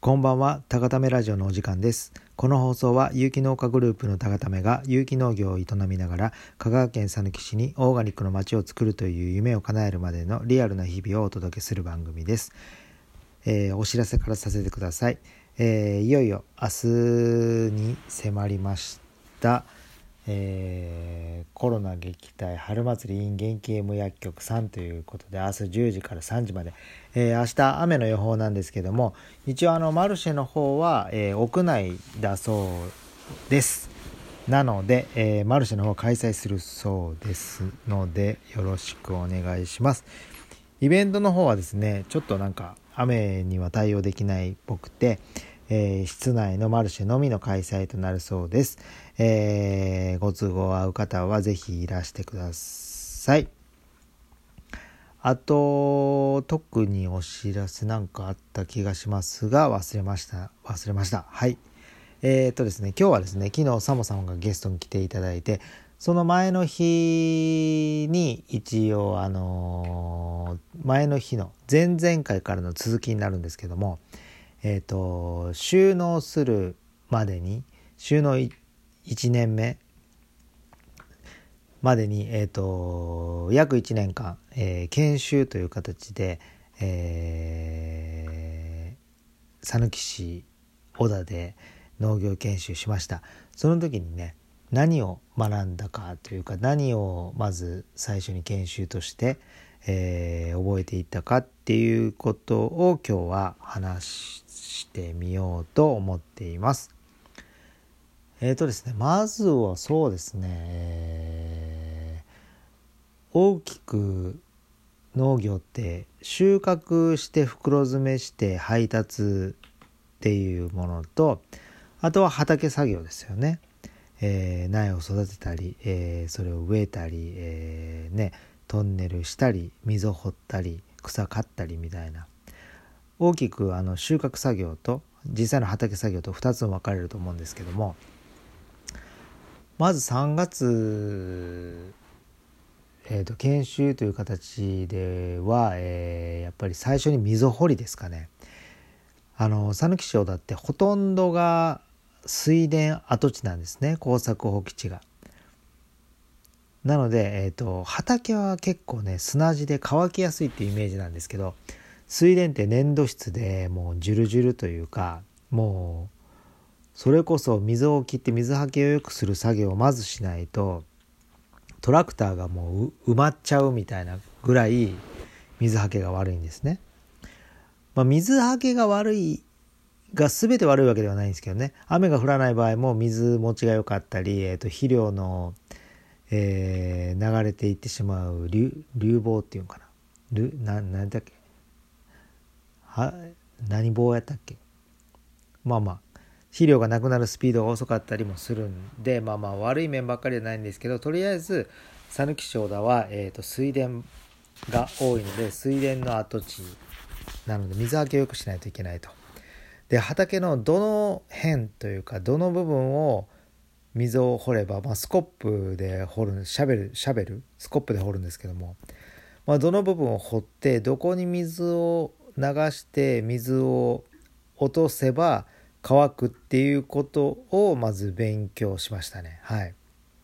こんばんは、高ためラジオのお時間です。この放送は有機農家グループの高ためが有機農業を営みながら香川県さぬき市にオーガニックの街を作るという夢を叶えるまでのリアルな日々をお届けする番組です。お知らせからさせてください。いよいよ明日に迫りました、コロナ撃退春祭り in 元気 M 薬局3ということで、明日10時から3時まで、明日雨の予報なんですけども、一応マルシェの方は、屋内だそうです。なので、マルシェの方開催するそうですのでよろしくお願いします。イベントの方はですね、ちょっと雨には対応できないっぽくて、室内のマルシェのみの開催となるそうです。ご都合合う方はぜひいらしてください。あと特にお知らせあった気がしますが忘れました。はい。ですね、今日はですね、昨日サモさんがゲストに来ていただいて、その前の日に一応前の日の前々回からの続きになるんですけども、収納するまでに収納1年目までに、約1年間、研修という形でさぬき市小田で農業研修しました。その時にね、何を学んだかというか、何をまず最初に研修として、覚えていったかっていうことを今日は話してみようと思っています。ですね、まずはそうですね、大きく農業って収穫して袋詰めして配達っていうものと、あとは畑作業ですよね。苗を育てたり、それを植えたり、トンネルしたり溝掘ったり草刈ったりみたいな、大きく収穫作業と実際の畑作業と2つに分かれると思うんですけども、まず3月、研修という形では、やっぱり最初に溝掘りですかね。さぬき市小田ってほとんどが水田跡地なんですね、耕作放棄地が。なので、畑は結構ね砂地で乾きやすいっていうイメージなんですけど、水田って粘土質でもうジュルジュルというか、もうそれこそ水を切って水はけを良くする作業をまずしないとトラクターがもう埋まっちゃうみたいなぐらい水はけが悪いんですね。水はけが悪いが全て悪いわけではないんですけどね、雨が降らない場合も水持ちが良かったり、肥料の、流れていってしまう流房っていうのかな、何だっけ、何棒やったっけ、肥料がなくなるスピードが遅かったりもするんで、悪い面ばっかりじゃないんですけど、とりあえずさぬき市小田は、水田が多いので、水田の跡地なので水はけを良くしないといけないと。で、畑のどの辺というかどの部分を溝を掘れば、スコップで掘る、シャベルスコップで掘るんですけども、どの部分を掘ってどこに水を流して水を落とせば乾くっていうことをまず勉強しましたね。はい。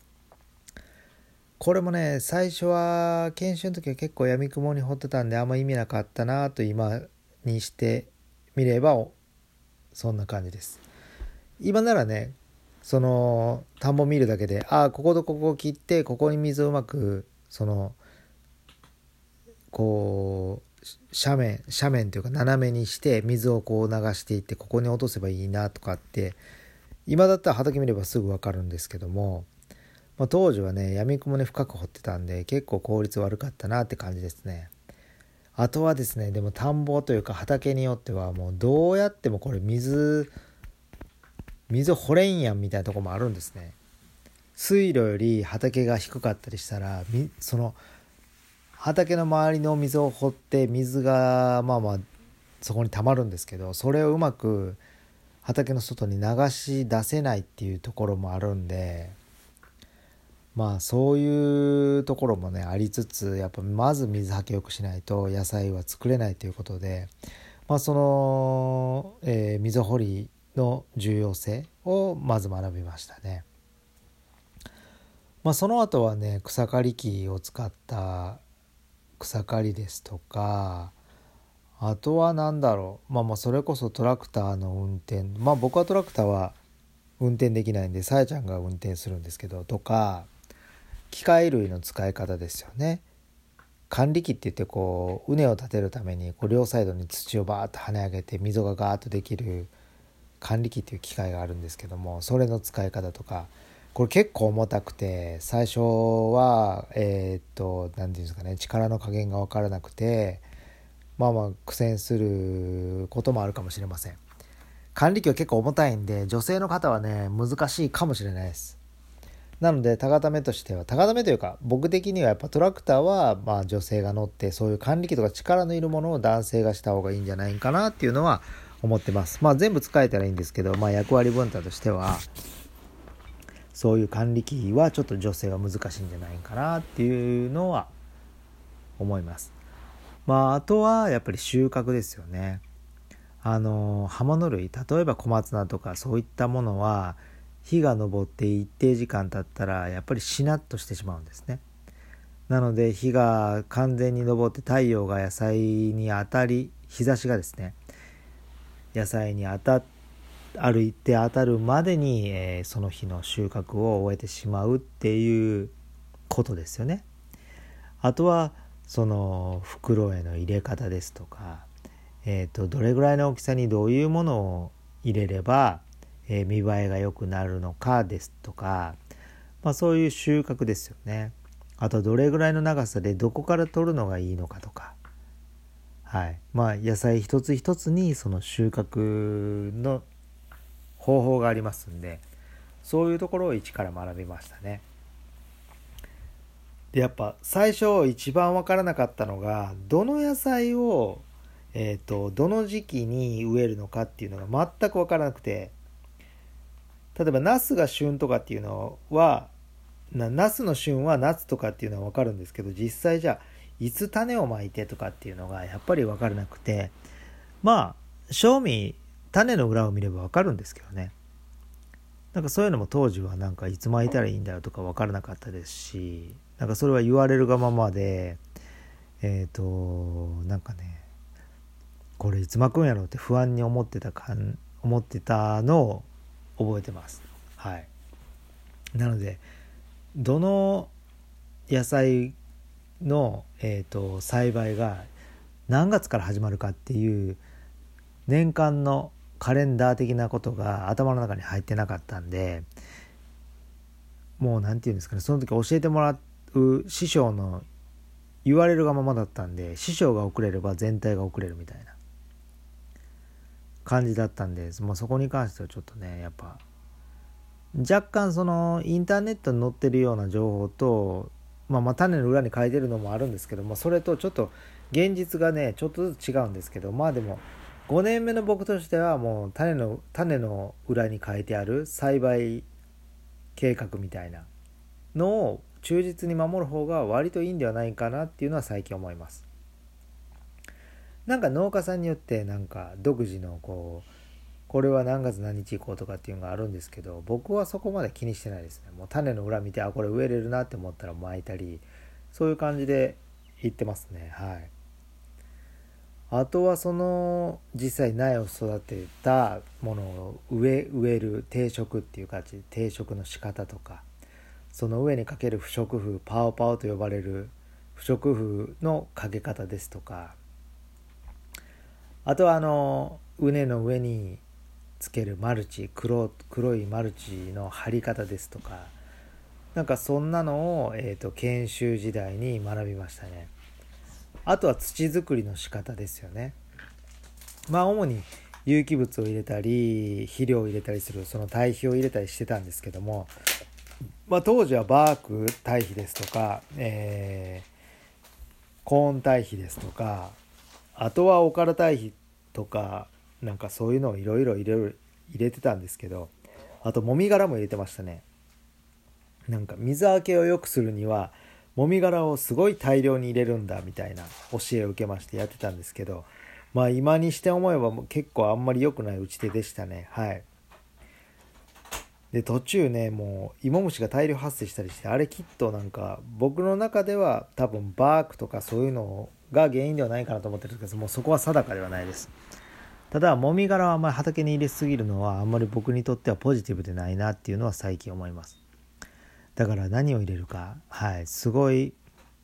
これもね、最初は研修の時は結構やみくもに掘ってたんであんま意味なかったなと今にしてみればそんな感じです。今ならね、その田んぼ見るだけで、こことここを切ってここに水をうまくこう斜面というか斜めにして水をこう流していってここに落とせばいいなとかって今だったら畑見ればすぐ分かるんですけども、当時はねやみくもに深く掘ってたんで結構効率悪かったなって感じですね。あとはですね、でも田んぼというか畑によってはもうどうやってもこれ水掘れんやんみたいなところもあるんですね。水路より畑が低かったりしたらその畑の周りの水を掘って水がそこに溜まるんですけど、それをうまく畑の外に流し出せないっていうところもあるんで、そういうところもねありつつ、やっぱまず水はけよくしないと野菜は作れないということで、 その、溝掘りの重要性をまず学びましたね。その後はね、草刈り機を使った草刈りですとか、あとはそれこそトラクターの運転、僕はトラクターは運転できないんでさやちゃんが運転するんですけどとか、機械類の使い方ですよね。管理機って言って畝を立てるために両サイドに土をバーッと跳ね上げて溝がガーッとできる管理機っていう機械があるんですけども、それの使い方とか、これ結構重たくて最初は何て言うんですかね、力の加減が分からなくて苦戦することもあるかもしれません。管理機は結構重たいんで女性の方はね難しいかもしれないです。なので高ためというか僕的にはやっぱトラクターは女性が乗って、そういう管理機とか力のいるものを男性がした方がいいんじゃないかなっていうのは思ってます。全部使えたらいいんですけど、役割分担としてはそういう管理機はちょっと女性は難しいんじゃないかなっていうのは思います。あとはやっぱり収穫ですよね。葉物類、例えば小松菜とかそういったものは日が昇って一定時間経ったらやっぱりしなっとしてしまうんですね。なので日が完全に昇って太陽が野菜に当たり、日差しがですね野菜に歩いて当たるまでに、その日の収穫を終えてしまうっていうことですよね。あとはその袋への入れ方ですとか、どれぐらいの大きさにどういうものを入れれば、見栄えが良くなるのかですとか、そういう収穫ですよね。あとどれぐらいの長さでどこから取るのがいいのかとか、野菜一つ一つにその収穫の方法がありますんで、そういうところを一から学びましたね。でやっぱ最初一番分からなかったのが、どの野菜をどの時期に植えるのかっていうのが全く分からなくて、例えばナスが旬とかっていうのはナスの旬は夏とかっていうのは分かるんですけど、実際じゃあいつ種をまいてとかっていうのがやっぱり分からなくて、正味種の裏を見れば分かるんですけどね、そういうのも当時はいつまいたらいいんだよとか分からなかったですし、それは言われるがままでこれいつまくんやろうって不安に思ってたのを覚えてます。なのでどの野菜の、栽培が何月から始まるかっていう年間のカレンダー的なことが頭の中に入ってなかったんで、もうなんていうんですかね、その時教えてもらう師匠の言われるがままだったんで、師匠が遅れれば全体が遅れるみたいな感じだったんで、そこに関してはちょっとねやっぱ若干そのインターネットに載ってるような情報と、種の裏に書いてるのもあるんですけども、それとちょっと現実がねちょっとずつ違うんですけど、でも5年目の僕としてはもう種の裏に書いてある栽培計画みたいなのを忠実に守る方が割といいんではないかなっていうのは最近思います。農家さんによって独自のこれは何月何日以降とかっていうのがあるんですけど、僕はそこまで気にしてないですね。もう種の裏見てこれ植えれるなって思ったら巻いたり、そういう感じでいってますね。あとはその実際苗を育てたものを植える定植っていう形で定植の仕方とか、その上にかける不織布、パオパオと呼ばれる不織布のかけ方ですとか、あとは畝の上につけるマルチ、黒いマルチの貼り方ですとか、そんなのを、研修時代に学びましたね。あとは土作りの仕方ですよね。主に有機物を入れたり肥料を入れたりするその堆肥を入れたりしてたんですけども、当時はバーク堆肥ですとか、コーン堆肥ですとか、あとはおから堆肥とかそういうのをいろいろ入れてたんですけど、あともみ殻も入れてましたね。水はけを良くするにはもみ殻をすごい大量に入れるんだみたいな教えを受けましてやってたんですけど、 まあ今にして思えば結構あんまり良くない打ち手でしたね。はい。で途中ねもう芋虫が大量発生したりして、あれきっとなんか僕の中では多分バークとかそういうのが原因ではないかなと思ってるんですけど、もうそこは定かではないです。ただもみ殻はあんまり畑に入れすぎるのはあんまり僕にとってはポジティブでないなっていうのは最近思います。だから何を入れるか、はい、すごい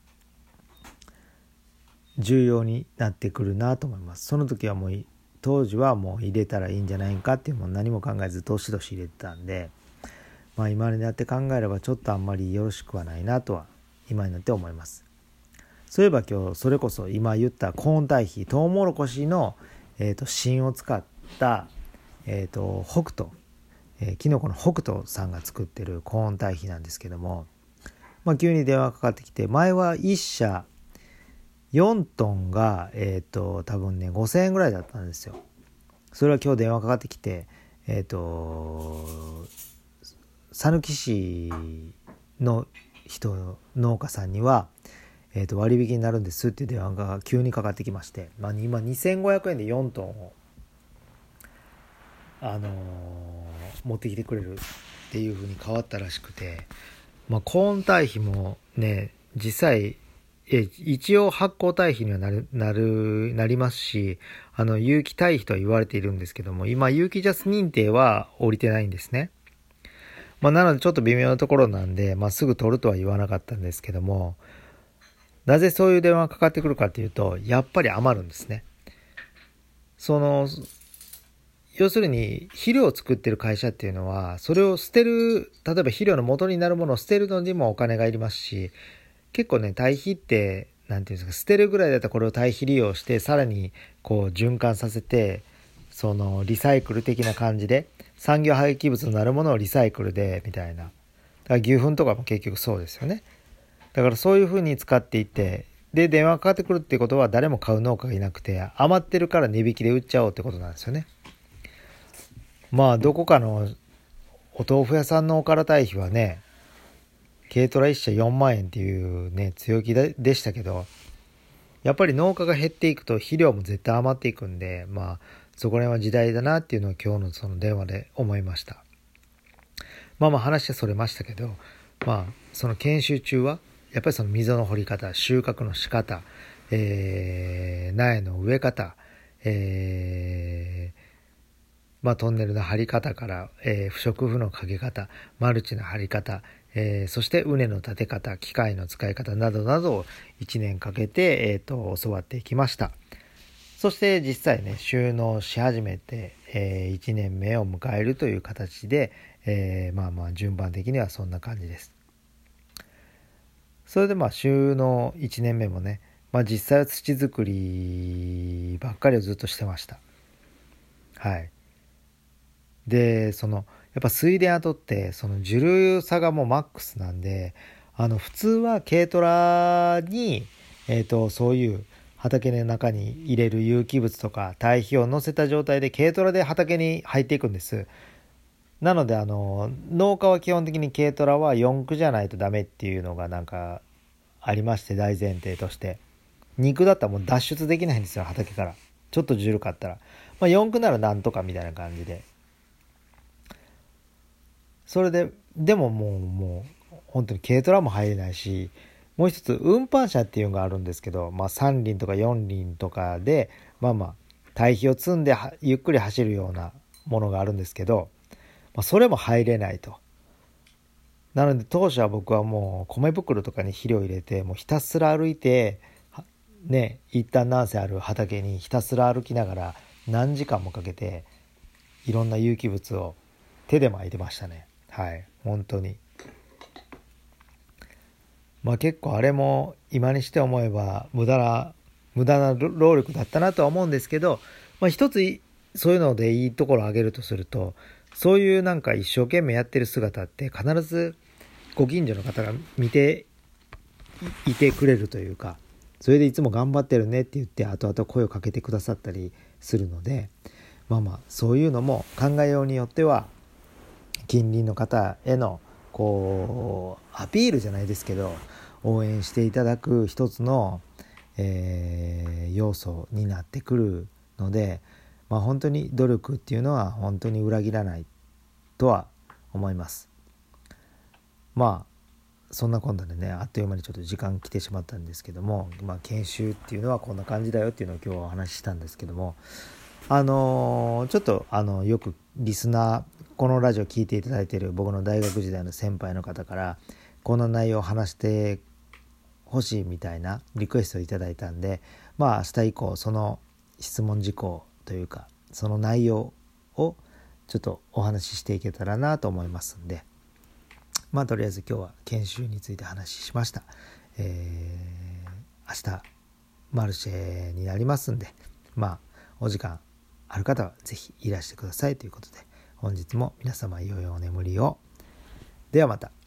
重要になってくるなと思います。その時はもう当時はもう入れたらいいんじゃないかっていうのを何も考えずどしどし入れてたんで、まあ今になって考えればちょっとあんまりよろしくはないなとは今になって思います。そういえば今日それこそ今言ったコーン堆肥トウモロコシの芯を使った北斗、キノコの北斗さんが作ってるコーン堆肥なんですけども、まあ、急に電話かかってきて、前は1社4トンが多分ね5000円ぐらいだったんですよ。それは今日電話かかってきて讃岐市の農家さんには、割引になるんですっていう電話が急にかかってきまして、まあ、今2500円で4トンを、持ってきてくれるっていう風に変わったらしくて、まあ、コーン堆肥もね実際一応発酵堆肥にはなりますし、有機堆肥とは言われているんですけども、今有機ジャス認定は降りてないんですね。まあ、なのでちょっと微妙なところなんで、まあ、すぐ取るとは言わなかったんですけども、なぜそういう電話がかかってくるかというと、やっぱり余るんですね。要するに肥料を作ってる会社っていうのは、それを捨てる、例えば肥料の元になるものを捨てるのにもお金がいりますし、結構ね堆肥ってなんていうんですか、捨てるぐらいだったらこれを堆肥利用してさらにこう循環させて、そのリサイクル的な感じで産業廃棄物になるものをリサイクルでみたいな。だから牛糞とかも結局そうですよね。だからそういう風に使っていって、で電話がかかってくるってことは誰も買う農家がいなくて、余ってるから値引きで売っちゃおうってことなんですよね。まあどこかのお豆腐屋さんのおから堆肥はね、軽トラ1社4万円っていうね強気でしたけど、やっぱり農家が減っていくと肥料も絶対余っていくんで、まあそこら辺は時代だなっていうのを今日のその電話で思いました。まあ話はそれましたけど、まあその研修中はやっぱりその溝の掘り方、収穫の仕方、苗の植え方、まあ、トンネルの張り方から、不織布のかけ方、マルチの張り方、そして畝の立て方、機械の使い方などなどを1年かけて、教わっていきました。そして実際ね収納し始めて、1年目を迎えるという形で、まあ順番的にはそんな感じです。それでまあ収納1年目もね、まあ、実際は土作りばっかりをずっとしてました。はい。でやっぱ水田跡ってその重量差がもうマックスなんで、普通は軽トラに、そういう畑の中に入れる有機物とか堆肥を乗せた状態で軽トラで畑に入っていくんです。なので農家は基本的に軽トラは4駆じゃないとダメっていうのがなんかありまして、大前提として2駆だったらもう脱出できないんですよ、畑から。ちょっと重かったら、まあ、4駆ならなんとかみたいな感じで、それででももう本当に軽トラも入れないし、もう一つ運搬車っていうのがあるんですけど、まあ3輪とか4輪とかでまあ堆肥を積んでゆっくり走るようなものがあるんですけど、まあ、それも入れないと。なので当初は僕はもう米袋とかに肥料入れて、もうひたすら歩いてね、一旦なんせある畑にひたすら歩きながら何時間もかけていろんな有機物を手で撒いてましたね。はい、本当に。まあ結構あれも今にして思えば無駄な労力だったなとは思うんですけど、まあ一つそういうのでいいところを挙げるとすると、そういうなんか一生懸命やってる姿って必ずご近所の方が見ていてくれるというか、それでいつも頑張ってるねって言って後々声をかけてくださったりするので、まあそういうのも考えようによっては近隣の方へのこうアピールじゃないですけど応援していただく一つの、要素になってくるので、本当に努力っていうのは本当に裏切らないとは思います。そんなこんなでね、あっという間にちょっと時間来てしまったんですけども、研修っていうのはこんな感じだよっていうのを今日はお話ししたんですけども、ちょっとよくリスナー、このラジオ聞いていただいている僕の大学時代の先輩の方からこの内容を話してほしいみたいなリクエストをいただいたんで、明日以降その質問事項というかその内容をちょっとお話ししていけたらなと思いますんで、とりあえず今日は研修について話しました。明日マルシェになりますんで、お時間ある方はぜひいらしてくださいということで、本日も皆様良いお眠りを。ではまた。